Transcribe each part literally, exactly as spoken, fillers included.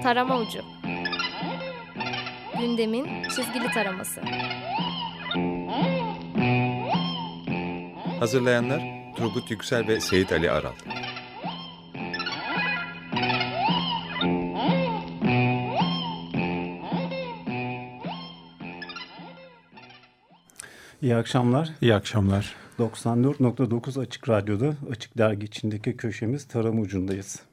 Tarama Ucu. Gündemin çizgili taraması. Hazırlayanlar Turgut Yüksel ve Seyit Ali Aral. İyi akşamlar. İyi akşamlar. doksan dört nokta dokuz Açık Radyo'da Açık Dergi içindeki köşemiz Tarama Ucu'ndayız.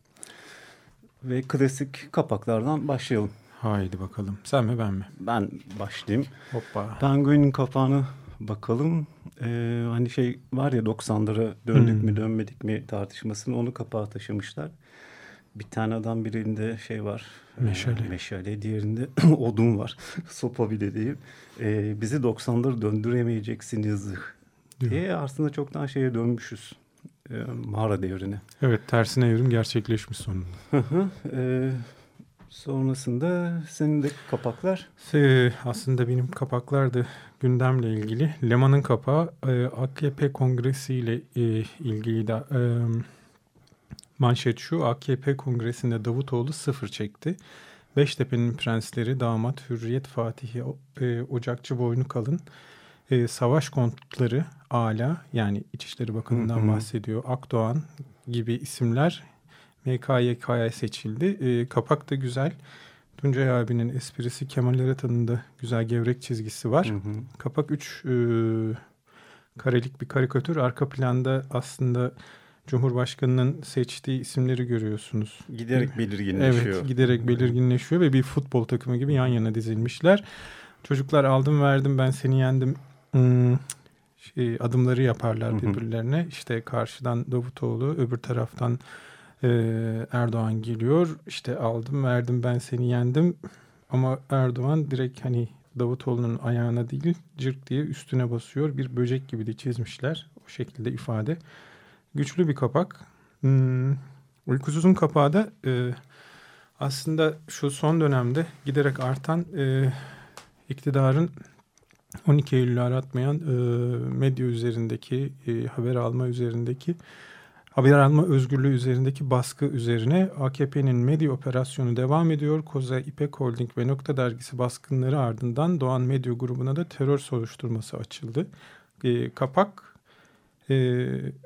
Ve klasik kapaklardan başlayalım. Haydi bakalım. Sen mi ben mi? Ben başlayayım. Hoppa. Penguin'in kapağına bakalım. Ee, hani şey var ya doksanlara döndük hmm. mü dönmedik mi tartışmasını onu kapağa taşımışlar. Bir tane adam birinde şey var. Meşale. E, meşale. Diğerinde odun var. Sopa bile değil. E, bizi doksanları döndüremeyeceksiniz diye aslında çoktan şeye dönmüşüz. E, mağara devrine. Evet, tersine evrim gerçekleşmiş sonunda. e, sonrasında senin de kapaklar. Ee, aslında benim kapaklar da gündemle ilgili. Leman'ın kapağı e, A K P kongresiyle e, ilgili de e, manşet şu: A K P kongresinde Davutoğlu sıfır çekti. Beştepe'nin prensleri damat Hürriyet Fatihi e, Ocakçı Boynukalın e, savaş kontları Ala, yani İçişleri Bakanı'ndan bahsediyor, Akdoğan gibi isimler M K Y K'ya seçildi. E, kapak da güzel. Tuncay abinin esprisi, Kemal Eretan'ın da güzel gevrek çizgisi var. Hı hı. Kapak üç e, karelik bir karikatür. Arka planda aslında Cumhurbaşkanı'nın seçtiği isimleri görüyorsunuz. Giderek belirginleşiyor. Evet, giderek belirginleşiyor ve bir futbol takımı gibi yan yana dizilmişler. Çocuklar aldım verdim ben seni yendim hmm, şey, adımları yaparlar birbirlerine. İşte karşıdan Davutoğlu, öbür taraftan e, Erdoğan geliyor. İşte aldım verdim ben seni yendim. Ama Erdoğan direkt hani Davutoğlu'nun ayağına değil cırt diye üstüne basıyor. Bir böcek gibi de çizmişler. O şekilde ifade. Güçlü bir kapak. Hmm, Uykusuz'un kapağı da e, aslında şu son dönemde giderek artan e, iktidarın on iki Eylül'ü aratmayan e, medya üzerindeki, e, haber alma üzerindeki, haber alma özgürlüğü üzerindeki baskı üzerine A K P'nin medya operasyonu devam ediyor. Koza, İpek Holding ve Nokta Dergisi baskınları ardından Doğan Medya grubuna da terör soruşturması açıldı. E, kapak e,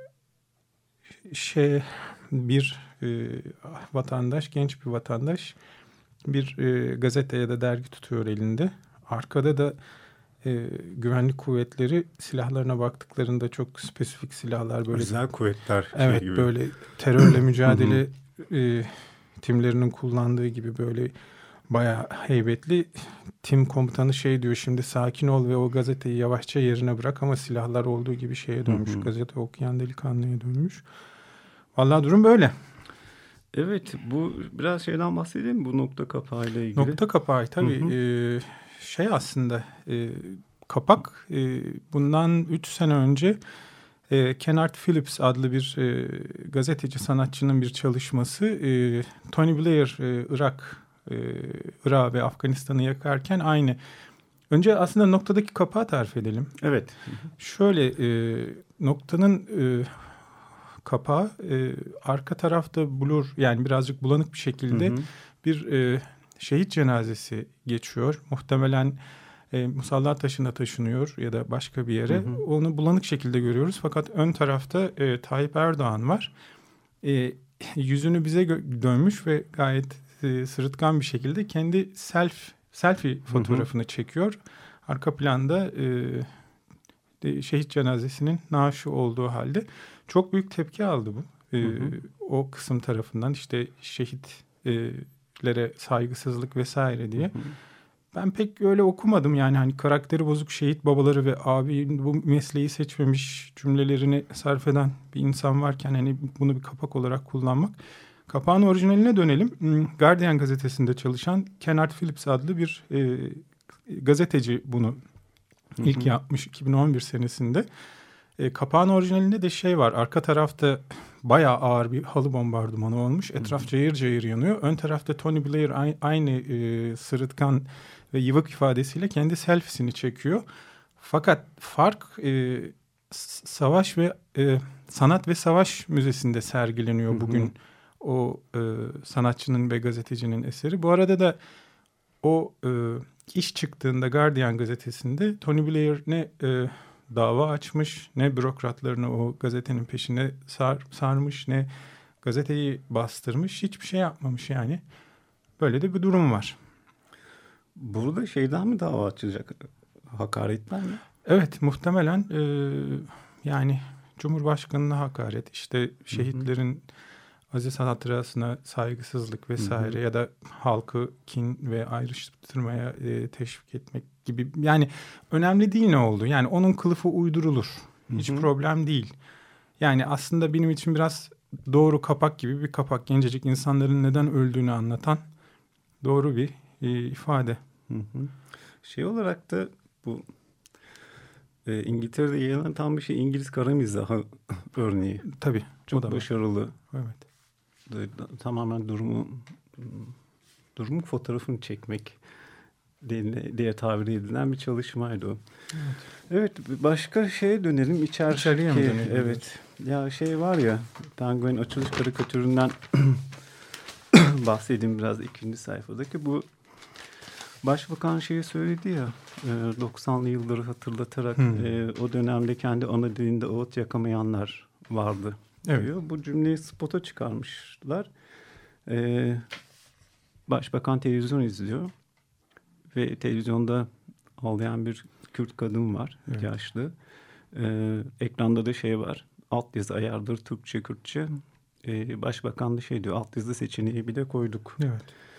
şey bir e, vatandaş, genç bir vatandaş bir e, gazete ya da dergi tutuyor elinde. Arkada da e, güvenlik kuvvetleri silahlarına baktıklarında çok spesifik silahlar, böyle özel kuvvetler evet şey gibi. Böyle terörle mücadele e, timlerinin kullandığı gibi böyle bayağı heybetli. Tim komutanı şey diyor, şimdi sakin ol ve o gazeteyi yavaşça yerine bırak, ama silahlar olduğu gibi şeye dönmüş. Hı hı. Gazete okuyan delikanlıya dönmüş. Vallahi durum böyle. Evet, bu biraz şeyden bahsedeyim mi? Bu nokta kapağıyla ilgili. Nokta kapağı tabii e, şey aslında e, kapak e, bundan üç sene önce e, Kenneth Phillips adlı bir e, gazeteci sanatçının bir çalışması. E, Tony Blair e, Irak e, Irak ve Afganistan'ı yakarken aynı. Önce aslında noktadaki kapağı tarif edelim. Evet. Şöyle e, noktanın e, kapağı e, arka tarafta blur, yani birazcık bulanık bir şekilde hı hı. bir e, şehit cenazesi geçiyor. Muhtemelen e, Musalla Taşı'na taşınıyor ya da başka bir yere. Hı hı. Onu bulanık şekilde görüyoruz. Fakat ön tarafta e, Tayyip Erdoğan var. E, yüzünü bize gö- dönmüş ve gayet e, sırıtkan bir şekilde kendi self selfie fotoğrafını hı hı. çekiyor. Arka planda e, de, şehit cenazesinin naaşı olduğu halde. Çok büyük tepki aldı bu. Ee, hı hı. O kısım tarafından, işte şehitlere saygısızlık vesaire diye. Hı hı. Ben pek öyle okumadım. Yani hani karakteri bozuk şehit babaları ve abi bu mesleği seçmemiş cümlelerini sarf eden bir insan varken hani bunu bir kapak olarak kullanmak. Kapağın orijinaline dönelim. Guardian gazetesinde çalışan Kenneth Phillips adlı bir e, gazeteci bunu hı hı. ilk yapmış iki bin on bir senesinde. E, kapağın orijinalinde de şey var. Arka tarafta bayağı ağır bir halı bombardımanı olmuş. Etraf cayır cayır yanıyor. Ön tarafta Tony Blair aynı, aynı e, sırıtkan ve yıvık ifadesiyle kendi selfiesini çekiyor. Fakat fark e, savaş ve e, sanat ve savaş müzesinde sergileniyor bugün. Hı hı. o e, sanatçının ve gazetecinin eseri. Bu arada da o e, iş çıktığında Guardian gazetesinde Tony Blair ne e, dava açmış, ne bürokratlarını o gazetenin peşine sar, sarmış, ne gazeteyi bastırmış, hiçbir şey yapmamış yani. Böyle de bir durum var. Burada şeyden mi dava açacak? Hakaretten mi? Evet, muhtemelen e, yani Cumhurbaşkanı'na hakaret, işte şehitlerin aziz hatırasına saygısızlık vesaire, hı hı, ya da halkı kin ve ayrıştırmaya e, teşvik etmek gibi. Yani önemli değil ne oldu. Yani onun kılıfı uydurulur. Hiç hı hı. problem değil. Yani aslında benim için biraz doğru kapak gibi bir kapak. Gencecik insanların neden öldüğünü anlatan doğru bir e, ifade. Hı hı. Şey olarak da bu e, İngiltere'de yayınlanan tam bir şey İngiliz kara mizahı örneği. Tabii. Çok başarılı. Evet. De, tamamen durumu durumun fotoğrafını çekmek diye, diye tabir edilen bir çalışmaydı o. Evet. Evet, başka şeye dönelim. İçer İçeriye mi dönelim? Evet. Ya şey var ya, Penguin açılış karikatüründen bahsedeyim biraz ikinci sayfadaki. Bu Başbakan şeyi söyledi ya, doksanlı yılları hatırlatarak hmm. e, o dönemde kendi ana dilinde ağıt yakamayanlar vardı diyor. Evet. Bu cümleyi spota çıkarmışlar. E, Başbakan televizyon izliyor ve televizyonda ağlayan bir Kürt kadın var, evet. yaşlı. E, ekranda da şey var, alt yazı ayardır Türkçe, Kürtçe. E, Başbakan da şey diyor, alt yazı seçeneği bile koyduk. Evet.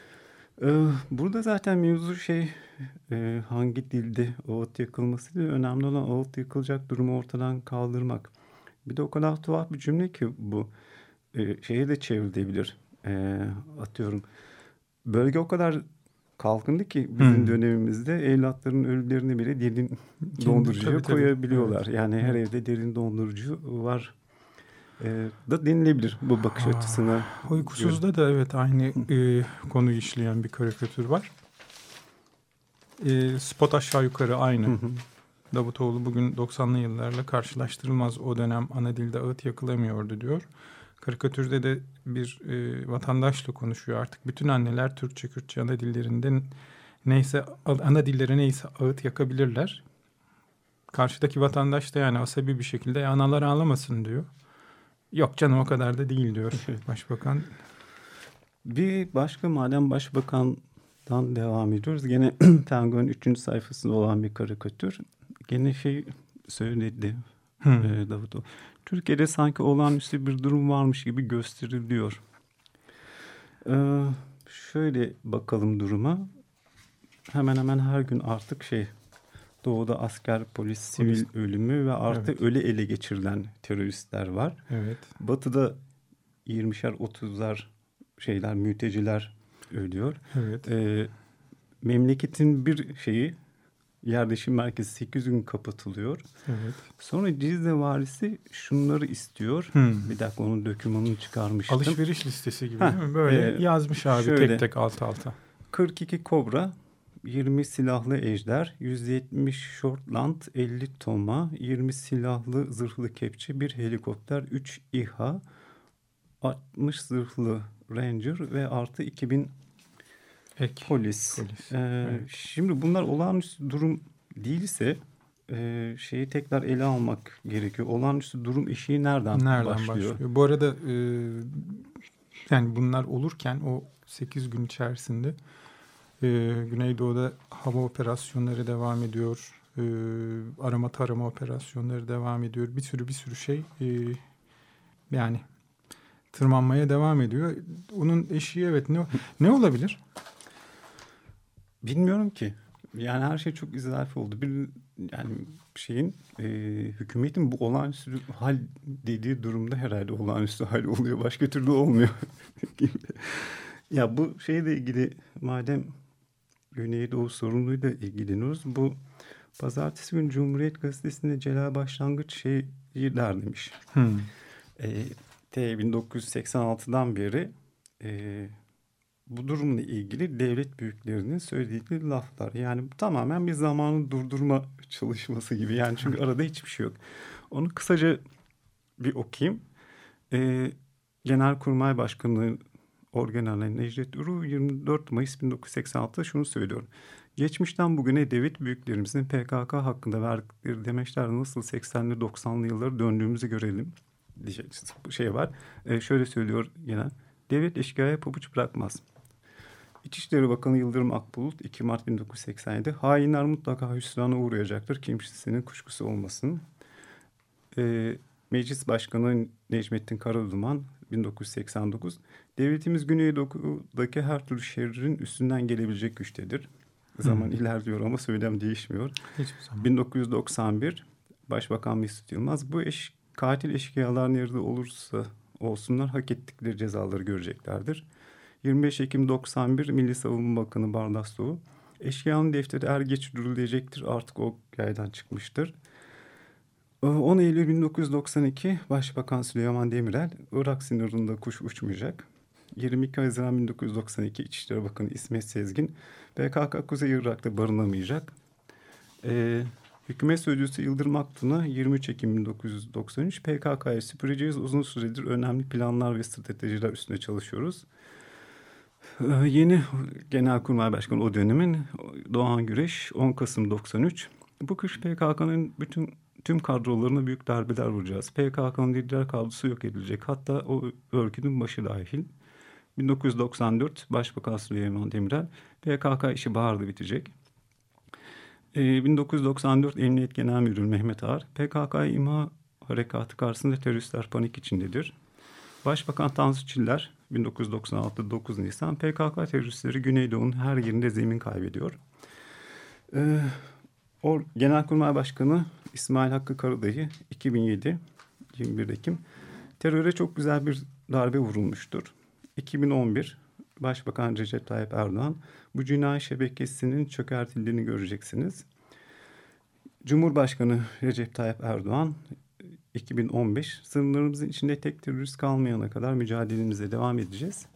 Burada zaten mevzu şey hangi dilde ağıt yakılması değil, önemli olan ağıt yakılacak durumu ortadan kaldırmak. Bir de o kadar tuhaf bir cümle ki bu şeye de çevrilebilir. Atıyorum bölge o kadar kalkındı ki bizim hmm. dönemimizde evlatların ölülerini bile derin dondurucuya tabii, koyabiliyorlar. Tabii. Yani her evet. evde derin dondurucu var. Ee, da denilebilir bu bakış Aa, açısına. Uykusuz'da da evet aynı e, konuyu işleyen bir karikatür var. E, spot aşağı yukarı aynı. Hı hı. Davutoğlu bugün doksanlı yıllarla karşılaştırılmaz, o dönem ana dilde ağıt yakılamıyordu diyor. Karikatürde de bir e, vatandaşla konuşuyor. Artık bütün anneler Türkçe, Kürtçe ana dillerinden neyse, ana dilleri neyse ağıt yakabilirler. Karşıdaki vatandaş da yani asabi bir şekilde analar ağlamasın diyor. Yok canım o kadar da değil diyor başbakan. Bir başka madem başbakandan devam ediyoruz. Gene Penguin üçüncü sayfasında olan bir karikatür. Gene şey söyledi hmm. e, Davutoğlu. Türkiye'de sanki olağanüstü bir durum varmış gibi gösteriliyor. Ee, şöyle bakalım duruma. Hemen hemen her gün artık şey... Doğu'da asker, polis, sivil polis. ölümü ve artı evet. ölü ele geçirilen teröristler var. Evet. Batı'da yirmişer otuzlar şeyler, mülteciler ölüyor. Evet. Ee, memleketin bir şeyi, yerleşim merkezi sekiz gün kapatılıyor. Evet. Sonra Cizre valisi şunları istiyor. Hmm. Bir dakika onun dokümanını çıkarmıştım. Alışveriş listesi gibi Heh, değil mi? Böyle e, yazmış abi şöyle, tek tek alt alta. kırk iki Kobra, yirmi silahlı ejder, yüz yetmiş Shortland, elli Toma, yirmi silahlı zırhlı kepçe, bir helikopter, üç İHA, altmış zırhlı Ranger ve artı iki bin Ek. polis. polis. Ee, evet. Şimdi bunlar olağanüstü durum değilse e, şeyi tekrar ele almak gerekiyor. Olağanüstü durum eşiği nereden, nereden başlıyor? başlıyor? Bu arada e, yani bunlar olurken o sekiz gün içerisinde Ee, Güneydoğu'da hava operasyonları devam ediyor. Ee, arama tarama operasyonları devam ediyor. Bir sürü bir sürü şey e, yani tırmanmaya devam ediyor. Onun eşiği evet ne ne olabilir? Bilmiyorum ki. Yani her şey çok izafi oldu. Bir yani şeyin e, hükümetin bu olağanüstü hal dediği durumda herhalde olağanüstü hal oluyor. Başka türlü olmuyor. Ya bu şeyle ilgili madem Güneydoğu sorunuyla ilgileniyoruz. Bu pazartesi günü Cumhuriyet Gazetesi'nde Celal Başlangıç şeyi demiş. Hmm. E, T bin dokuz yüz seksen altıdan beri e, bu durumla ilgili devlet büyüklerinin söylediği laflar. Yani tamamen bir zamanı durdurma çalışması gibi. Yani çünkü arada hiçbir şey yok. Onu kısaca bir okuyayım. E, Genelkurmay Başkanı Orgeneral Necdet Uğur yirmi dört Mayıs bin dokuz yüz seksen altıda şunu söylüyor. Geçmişten bugüne devlet büyüklerimizin P K K hakkında verdikleri demeçler nasıl seksenli doksanlı yıllara döndüğümüzü görelim. Şey var. E, şöyle söylüyor genel. Devlet eşkıyaya pabuç bırakmaz. İçişleri Bakanı Yıldırım Akbulut iki Mart bin dokuz yüz seksen yedi hainler mutlaka hüsrana uğrayacaktır. Kimsesinin kuşkusu olmasın. E, Meclis Başkanı Necmettin Karaduman bin dokuz yüz seksen dokuz devletimiz Güneydoğu'daki her türlü şerrin üstünden gelebilecek güçtedir. Zaman hmm. ilerliyor ama söylem değişmiyor. bin dokuz yüz doksan bir Başbakan Mesut Yılmaz bu eş, katil eşkıyalar nerede olursa olsunlar hak ettikleri cezaları göreceklerdir. yirmi beş Ekim doksan bir Milli Savunma Bakanı Barlas Doğu eşkıyanın defteri er geç dürülecektir artık o yaydan çıkmıştır. on Eylül bin dokuz yüz doksan iki Başbakan Süleyman Demirel Irak sınırında kuş uçmayacak. yirmi iki Haziran bin dokuz yüz doksan iki İçişleri Bakanı İsmet Sezgin P K K Kuzey Irak'ta barınamayacak. Ee, Hükümet Sözcüsü Yıldırım Aktun'a yirmi üç Ekim bin dokuz yüz doksan üç P K K'ya süpüreceğiz. Uzun süredir önemli planlar ve stratejiler üstüne çalışıyoruz. Ee, yeni Genelkurmay Başkanı o dönemin Doğan Güreş on Kasım doksan üç bu kış P K K'nın bütün tüm kadrolarına büyük darbeler vuracağız. P K K'nın lider kadrosu yok edilecek. Hatta o örgütün başı dahil. bin dokuz yüz doksan dört Başbakan Süleyman Demirel P K K işi baharda bitecek. Ee, bin dokuz yüz doksan dört Emniyet Genel Müdürü Mehmet Ağar P K K imha harekatı karşısında teröristler panik içindedir. Başbakan Tansu Çiller bin dokuz yüz doksan altı dokuz Nisan P K K teröristleri Güneydoğu'nun her yerinde zemin kaybediyor. Ee, o Genelkurmay Başkanı İsmail Hakkı Karadayı iki bin yedi yirmi bir Ekim teröre çok güzel bir darbe vurulmuştur. iki bin on bir Başbakan Recep Tayyip Erdoğan bu cinayet şebekesinin çökertildiğini göreceksiniz. Cumhurbaşkanı Recep Tayyip Erdoğan iki bin on beş sınırlarımızın içinde tek terörist kalmayana kadar mücadelemize devam edeceğiz.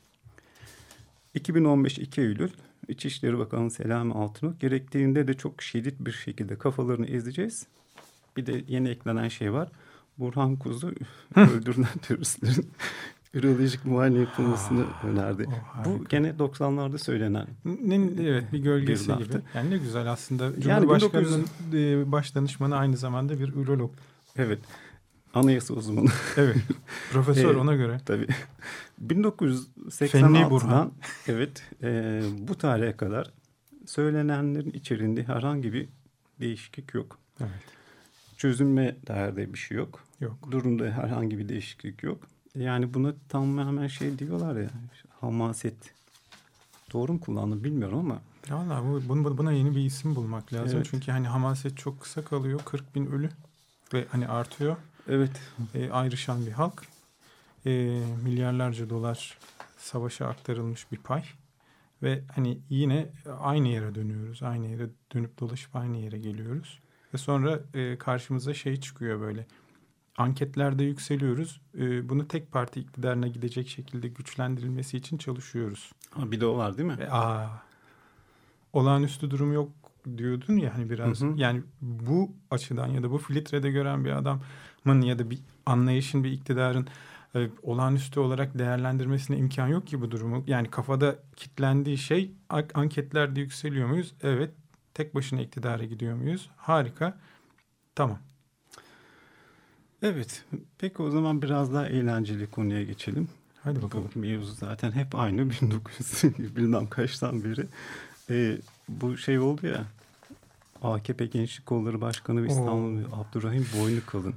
iki bin on beş iki Eylül İçişleri Bakanı Selami Altınok gerektiğinde de çok şiddet bir şekilde kafalarını ezeceğiz. Bir de yeni eklenen şey var. Burhan Kuzu öldürülen teröristlerin ürolojik muayene yapılmasını önerdi. Oh, bu gene doksanlarda söylenen. Ne, evet bir gölgesi bir gibi. Yani ne güzel aslında. Yani Cumhurbaşkanı'nın bin dokuz yüz baş danışmanı aynı zamanda bir ürolog. Evet. Anayasa uzmanı. Evet. Profesör ona göre. Tabii. bin dokuz yüz seksen altıdan evet e, bu tarihe kadar söylenenlerin içeriğinde herhangi bir değişiklik yok. Evet. Çözülme değerde bir şey yok. Yok. Durumda herhangi bir değişiklik yok. Yani buna tamamen şey diyorlar ya, hamaset. Doğru mu kullandım bilmiyorum ama. Valla bu, buna yeni bir isim bulmak lazım. Evet. Çünkü hani hamaset çok kısa kalıyor. kırk bin ölü ve hani artıyor. Evet. E, ayrışan bir halk. E, milyarlarca dolar savaşa aktarılmış bir pay. Ve hani yine aynı yere dönüyoruz. Aynı yere dönüp dolaşıp aynı yere geliyoruz. Ve sonra e, karşımıza şey çıkıyor böyle. Anketlerde yükseliyoruz. E, bunu tek parti iktidarına gidecek şekilde güçlendirilmesi için çalışıyoruz. Ha, bir de o var değil mi? E, aa, olağanüstü durum yok diyordun ya hani biraz. Hı hı. Yani bu açıdan ya da bu filtrede gören bir adamın ya da bir anlayışın, bir iktidarın e, olağanüstü olarak değerlendirmesine imkan yok ki bu durumu. Yani kafada kitlendiği şey anketlerde yükseliyor muyuz? Evet. Tek başına iktidara gidiyor muyuz? Harika. Tamam. Evet. Peki o zaman biraz daha eğlenceli konuya geçelim. Hadi bakalım. Bu mevzu zaten hep aynı bin dokuz yüz bilmem kaçtan beri. Ee, bu şey oldu ya. A K P Gençlik Kolları Başkanı ve İstanbul Abdurrahim Boynukalın.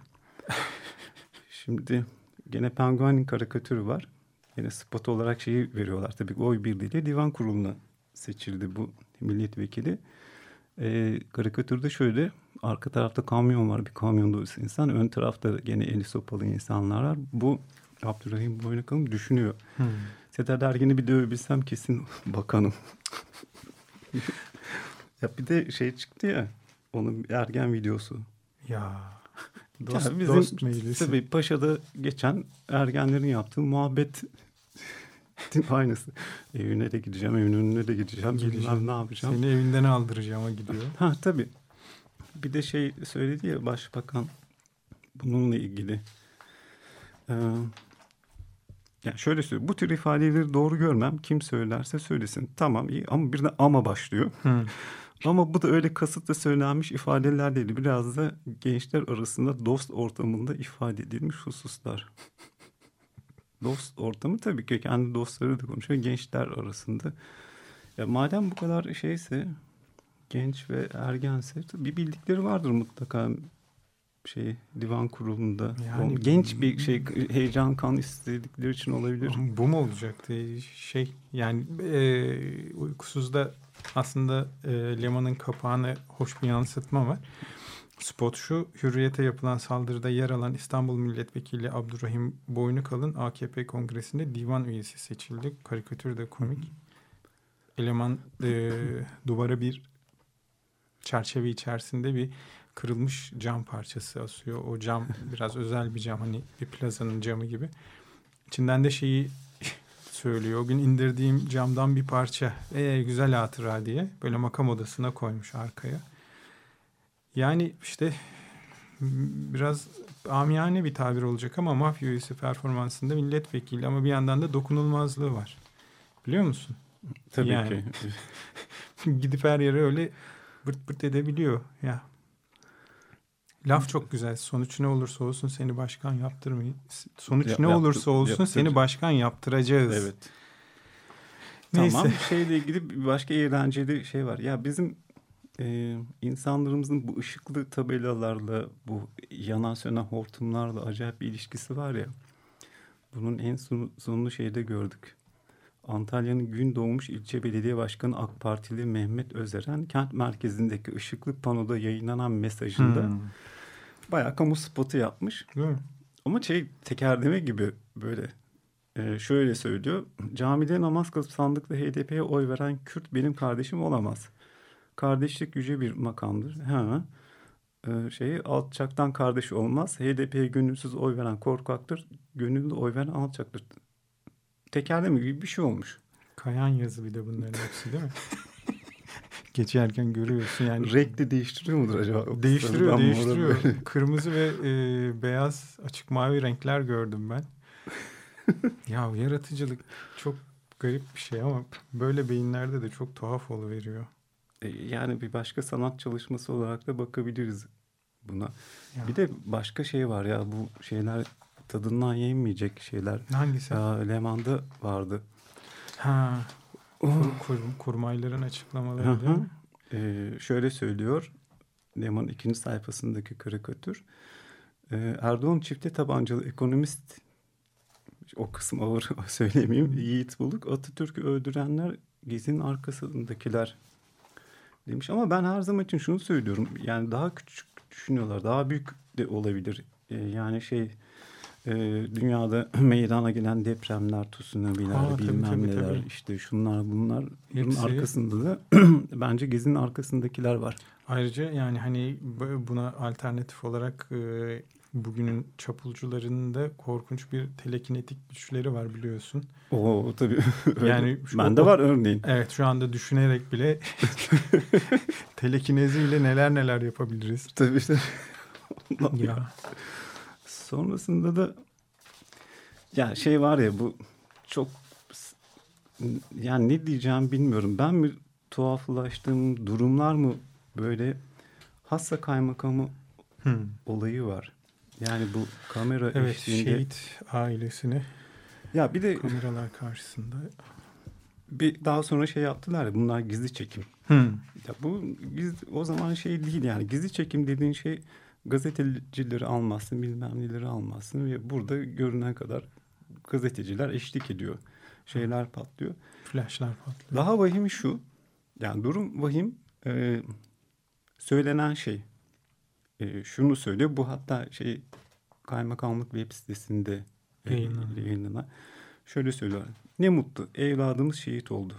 Şimdi gene Penguin'in karikatürü var. Yine spot olarak şeyi veriyorlar. Tabii oy birliğiyle divan kuruluna seçildi bu milletvekili. Ee, karikatürde şöyle, arka tarafta kamyon var, bir kamyon dolusu insan, ön tarafta gene eli sopalı insanlar var. Bu Abdurrahim Boynukalın düşünüyor. Hmm. Seda Dergin'i bir dövebilsem kesin bakanım. Ya bir de şey çıktı ya, onun ergen videosu. Ya dost, ya bizim dost meclisi. Tabii Paşa'da geçen ergenlerin yaptığı muhabbet aynısı. Evine de gideceğim, evinin önüne de gideceğim. Gideceğim. Ne yapacağım? Seni evinden aldıracağıma gidiyor. Ha tabii. Bir de şey söyledi ya başbakan bununla ilgili. Ee, Yani şöyle söyleyeyim. Bu tür ifadeleri doğru görmem. Kim söylerse söylesin. Tamam iyi ama bir de ama başlıyor. Hı. Ama bu da öyle kasıtlı söylenmiş ifadeler değil. Biraz da gençler arasında dost ortamında ifade edilmiş hususlar. Dost ortamı tabii ki kendi dostları da konuşuyor. Gençler arasında. Ya madem bu kadar şeyse, genç ve ergense bir bildikleri vardır mutlaka şey divan kurulunda. Yani- O genç bir şey heyecan kan istedikleri için olabilir. Bu mu olacaktı? Şey yani e, Uykusuz'da aslında e, Leman'ın kapağını hoş bir yansıtma var. Spot şu: Hürriyet'e yapılan saldırıda yer alan İstanbul Milletvekili Abdurrahim Boynukalın A K P kongresinde divan üyesi seçildi. Karikatür de komik. Eleman e, duvara bir çerçeve içerisinde bir kırılmış cam parçası asıyor. O cam biraz özel bir cam, hani bir plazanın camı gibi. İçinden de şeyi söylüyor. O gün indirdiğim camdan bir parça. Ee, güzel hatıra diye. Böyle makam odasına koymuş arkaya. Yani işte biraz amiyane bir tabir olacak ama mafya üyesi performansında milletvekili ama bir yandan da dokunulmazlığı var. Biliyor musun? Tabii Yani. ki. Gidip her yere öyle bırt bırt edebiliyor. Ya. Laf çok güzel. Sonuç ne olursa olsun seni başkan yaptırmayın. Sonuç Yap- ne yaptır- olursa olsun yaptır- seni başkan yaptıracağız. Evet. Neyse. Tamam, şeyle ilgili bir başka eğlenceli şey var. Ya bizim e, insanlarımızın bu ışıklı tabelalarla, bu yanan sönen hortumlarla acayip bir ilişkisi var ya. Bunun en son, sonunu şeyde gördük. Antalya'nın Gündoğmuş İlçe Belediye Başkanı AK Partili Mehmet Özeren kent merkezindeki ışıklı panoda yayınlanan mesajında Hmm. bayağı kamu spotu yapmış. Değil mi? Ama şey tekerleme gibi böyle e, şöyle söylüyor. Camide namaz kılıp sandıkla H D P'ye oy veren Kürt benim kardeşim olamaz. Kardeşlik yüce bir makamdır. Ha. E, şeyi alçaktan kardeş olmaz. H D P'ye gönülsüz oy veren korkaktır. Gönüllü oy veren alçaktır. Tekerleme gibi bir şey olmuş. Kayan yazı bir de bunların hepsi değil mi? Geçerken görüyorsun yani. Renk de değiştiriyor mudur acaba? Değiştiriyor, Sarıdan mora değiştiriyor. böyle. Kırmızı ve e, beyaz, açık mavi renkler gördüm ben. Ya yaratıcılık çok garip bir şey ama böyle beyinlerde de çok tuhaf oluveriyor. E, Yani bir başka sanat çalışması olarak da bakabiliriz buna. Ya. Bir de başka şey var ya, bu şeyler tadından yenmeyecek şeyler. Hangisi? Ya, Leman'da vardı. Ha, Oh. kur, kur, kurmayların açıklamaları Hı değil hı. mi? Ee, şöyle söylüyor Leman'ın ikinci sayfasındaki karikatür. Ee, Erdoğan çifte tabancalı ekonomist, o kısım ağır söylemeyeyim. Yiğit Buluk, Atatürk'ü öldürenler Gezi'nin arkasındakiler demiş. Ama ben her zaman için şunu söylüyorum. Yani daha küçük düşünüyorlar. Daha büyük de olabilir. Ee, yani şey e, dünyada meydana gelen depremler, tsunabiler, Aa, tabii, bilmem tabii, neler, tabii. işte şunlar bunlar. Bunun Hepsi- arkasında da bence Gezi'nin arkasındakiler var. Ayrıca yani hani bu- buna alternatif olarak e, bugünün çapulcularının da korkunç bir telekinetik güçleri var biliyorsun. Oo tabii. Öyle. Yani şu- Bende var örneğin. Evet, şu anda düşünerek bile telekineziyle neler neler yapabiliriz. Tabii işte. Ya. Sonrasında da ya şey var ya, bu çok yani ne diyeceğim bilmiyorum. Ben mi tuhaflaştığım durumlar mı, böyle hassa kaymakamı Hmm. olayı var. Yani bu kamera Evet, eşliğinde. şehit ailesini Ya bir de kameralar karşısında. bir daha sonra şey yaptılar ya, bunlar gizli çekim. Hmm. Ya bu gizli, o zaman şey değil yani, gizli çekim dediğin şey gazetecileri almazsın, bilmem neleri almazsın ve burada görünen kadar gazeteciler eşlik ediyor. Şeyler patlıyor. Flashlar patlıyor. Daha vahimi şu, yani durum vahim, e, söylenen şey e, şunu söylüyor. Bu hatta şey kaymakamlık web sitesinde e, Yayınlanan. yayınlanan. Şöyle söylüyor. Ne mutlu evladımız şehit oldu.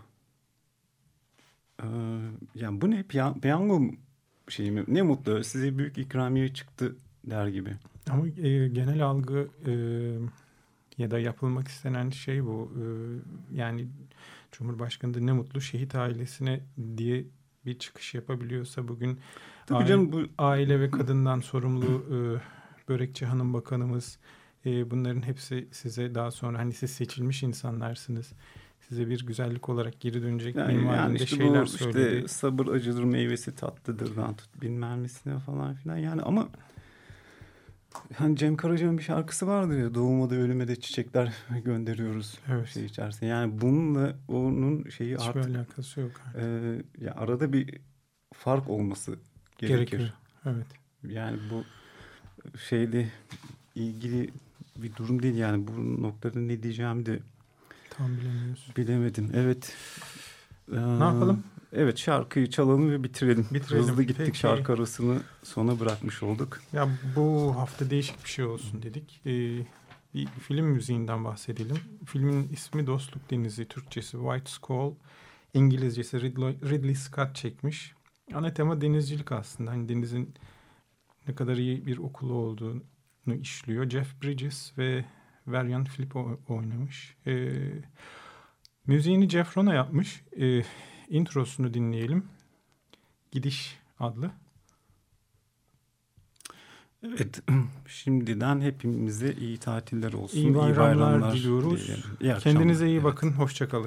Ee, yani bu ne? Piyan- piyango mu- şey mi? Ne mutlu size büyük ikramiye çıktı der gibi. Ama e, genel algı e, ya da yapılmak istenen şey bu. E, yani Cumhurbaşkanı da ne mutlu şehit ailesine diye bir çıkış yapabiliyorsa bugün Tabii aile, canım bu aile ve kadından sorumlu e, Börekçi Hanım Bakanımız, E, bunların hepsi size daha sonra hani siz seçilmiş insanlarsınız. Size bir güzellik olarak geri dönecek Yani, minvalinde yani işte şeyler bu söyledi. işte sabır acıdır meyvesi tatlıdırdan tut bilmem nesine falan filan. Yani ama hani Cem Karaca'nın bir şarkısı vardır ya, doğuma da ölüme de çiçekler gönderiyoruz Evet. şey içerisinde. Yani bununla onun şeyi Hiçbir artık alakası yok. e, ya arada bir fark olması gerekir. Gerekiyor. Evet. Yani bu şeyle ilgili bir durum değil, yani bu noktada ne diyeceğimi de Tam bilemiyoruz. bilemedim. Evet. Ee, Ne yapalım? Evet, şarkıyı çalalım ve bitirelim. Bitirelim. Hızlı gittik, Peki. şarkı arasını sona bırakmış olduk. Ya bu hafta değişik bir şey olsun dedik. Ee, bir film müziğinden bahsedelim. Filmin ismi Dostluk Denizi, Türkçesi White Squall, İngilizcesi Ridley, Ridley Scott çekmiş. Ana tema denizcilik aslında. Hani denizin ne kadar iyi bir okulu olduğunu işliyor. Jeff Bridges ve Varian Philip oynamış. Ee, müziğini Jeff Rona yapmış. Ee, introsunu dinleyelim. Gidiş adlı. Evet, şimdiden hepimize iyi tatiller olsun. İyi bayramlar, iyi bayramlar diliyoruz. dilerim. İyi Kendinize iyi evet. bakın. Hoşça kalın.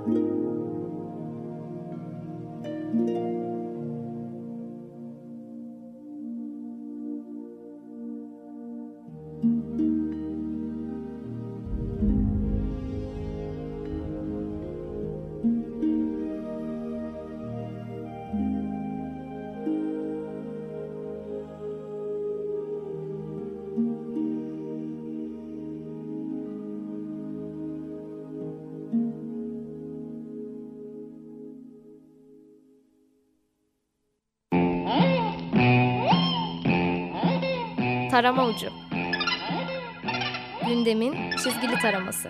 Tarama ucu. Gündemin çizgili taraması.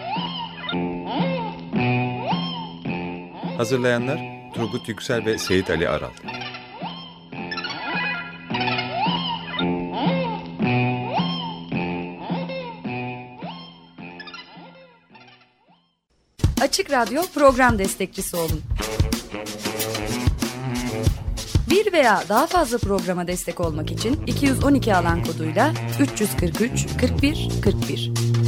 Hazırlayanlar Turgut Yüksel ve Seyit Ali Aral. Açık Radyo program destekçisi olun. Bir veya daha fazla programa destek olmak için iki yüz on iki alan koduyla üç yüz kırk üç kırk bir kırk bir